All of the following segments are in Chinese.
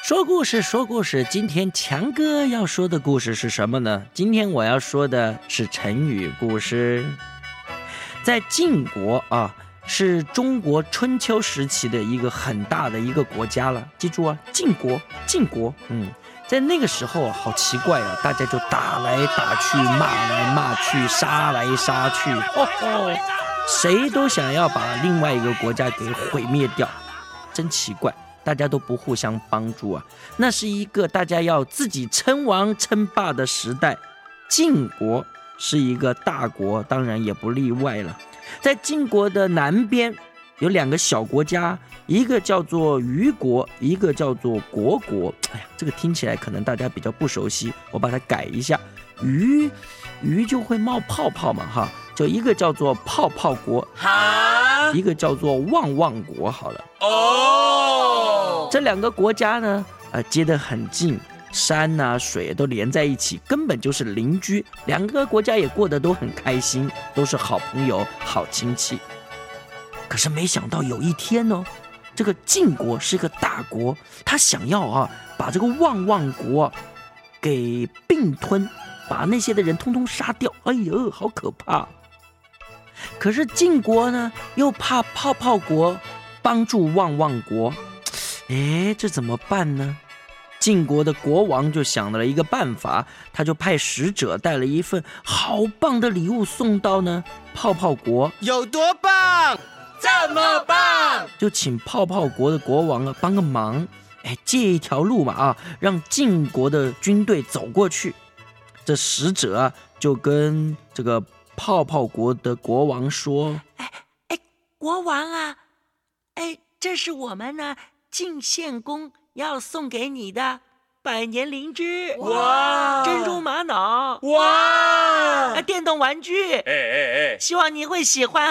说故事，说故事。今天强哥要说的故事是什么呢？今天我要说的是成语故事。在晋国啊，是中国春秋时期的一个很大的一个国家了。记住啊，晋国。在那个时候啊，好奇怪啊，大家就打来打去，骂来骂去，杀来杀去，谁都想要把另外一个国家给毁灭掉，真奇怪。大家都不互相帮助啊，那是一个大家要自己称王称霸的时代。晋国是一个大国，当然也不例外了。在晋国的南边有两个小国家，一个叫做虞国，一个叫做虢国。这个听起来可能大家比较不熟悉，我把它改一下。鱼就会冒泡泡嘛，哈，就一个叫做泡泡国，一个叫做旺旺国。好了，这两个国家呢，接得很近，山啊水都连在一起，根本就是邻居。两个国家也过得都很开心，都是好朋友、好亲戚。可是没想到有一天呢，这个晋国是个大国，他想要把这个旺旺国给并吞，把那些的人通通杀掉。哎呦，好可怕！可是晋国呢，又怕泡泡国帮助旺旺国。这怎么办呢？晋国的国王就想了一个办法，他就派使者带了一份好棒的礼物送到呢泡泡国。 有多棒？这么棒！ 就请泡泡国的国王帮个忙，借一条路嘛让晋国的军队走过去。这使者就跟这个泡泡国的国王说： 国王啊，这是我们呢晋献公要送给你的百年灵芝， 哇， 珍珠玛瑙， 哇， 电动玩具，希望你会喜欢，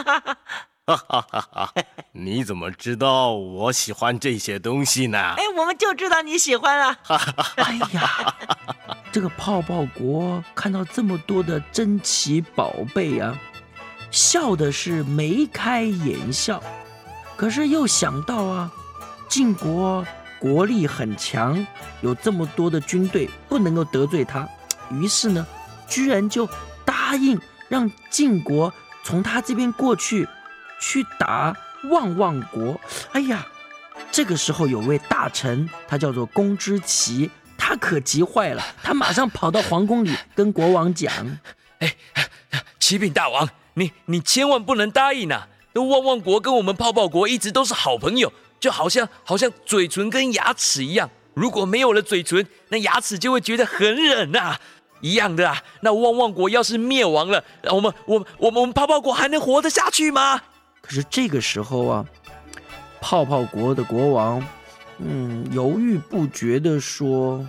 你怎么知道我喜欢这些东西呢？ 我们就知道你喜欢了。 哎呀，这个泡泡国看到这么多的珍奇宝贝啊，笑的是眉开眼笑。可是又想到晋国国力很强，有这么多的军队，不能够得罪他，于是呢，居然就答应让晋国从他这边过去打旺旺国。哎呀，这个时候有位大臣，他叫做公之奇，他可急坏了，他马上跑到皇宫里跟国王讲： 启禀大王，你千万不能答应啊！旺旺国跟我们泡泡国一直都是好朋友，就好像嘴唇跟牙齿一样，如果没有了嘴唇，那牙齿就会觉得很冷啊，一样的啊。那旺旺国要是灭亡了，我们泡泡国还能活得下去吗？ 可是这个时候泡泡国的国王犹豫不决地说：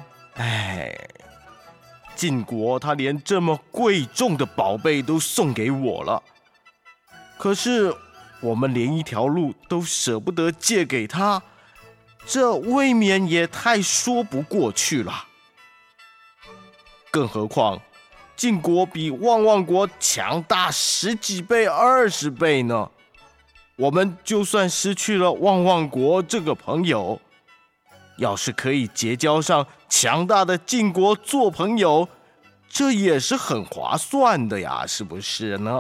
晋国他连这么贵重的宝贝都送给我了，可是我们连一条路都舍不得借给他，这未免也太说不过去了。更何况晋国比旺旺国强大10几倍、20倍呢。我们就算失去了旺旺国这个朋友，要是可以结交上强大的晋国做朋友，这也是很划算的呀，是不是呢？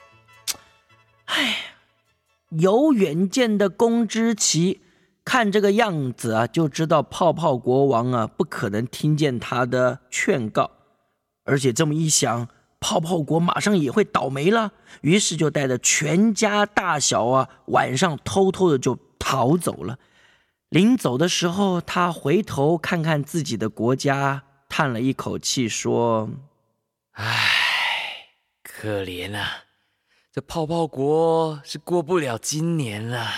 有远见的公之奇看这个样子就知道泡泡国王不可能听见他的劝告，而且这么一想，泡泡国马上也会倒霉了，于是就带着全家大小晚上偷偷的就逃走了。临走的时候，他回头看看自己的国家，叹了一口气说： 可怜啊，这泡泡国是过不了今年了。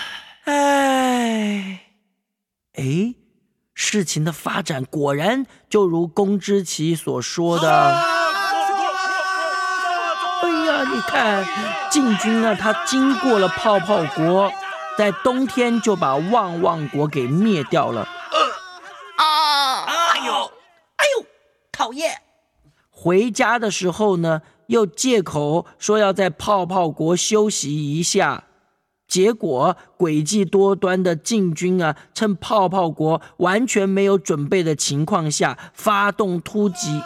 事情的发展果然就如公之奇所说的。你看晋军他经过了泡泡国，在冬天就把旺旺国给灭掉了。 哎呦，讨厌！ 回家的时候呢，又借口说要在泡泡国休息一下， 结果诡计多端的晋军啊，趁泡泡国完全没有准备的情况下发动突击，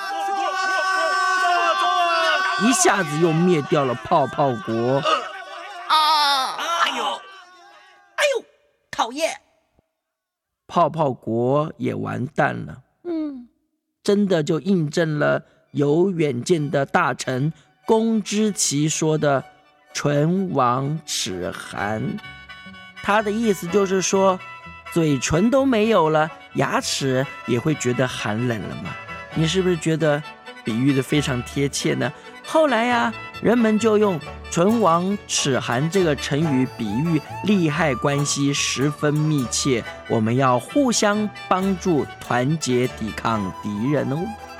一下子又灭掉了泡泡国。 哎呦，讨厌！ 泡泡国也完蛋了。真的就印证了有远见的大臣公之奇说的唇亡齿寒。他的意思就是说，嘴唇都没有了，牙齿也会觉得寒冷了嘛。你是不是觉得比喻的非常贴切呢？后来啊，人们就用唇亡齿寒这个成语比喻利害关系十分密切，我们要互相帮助，团结抵抗敌人哦。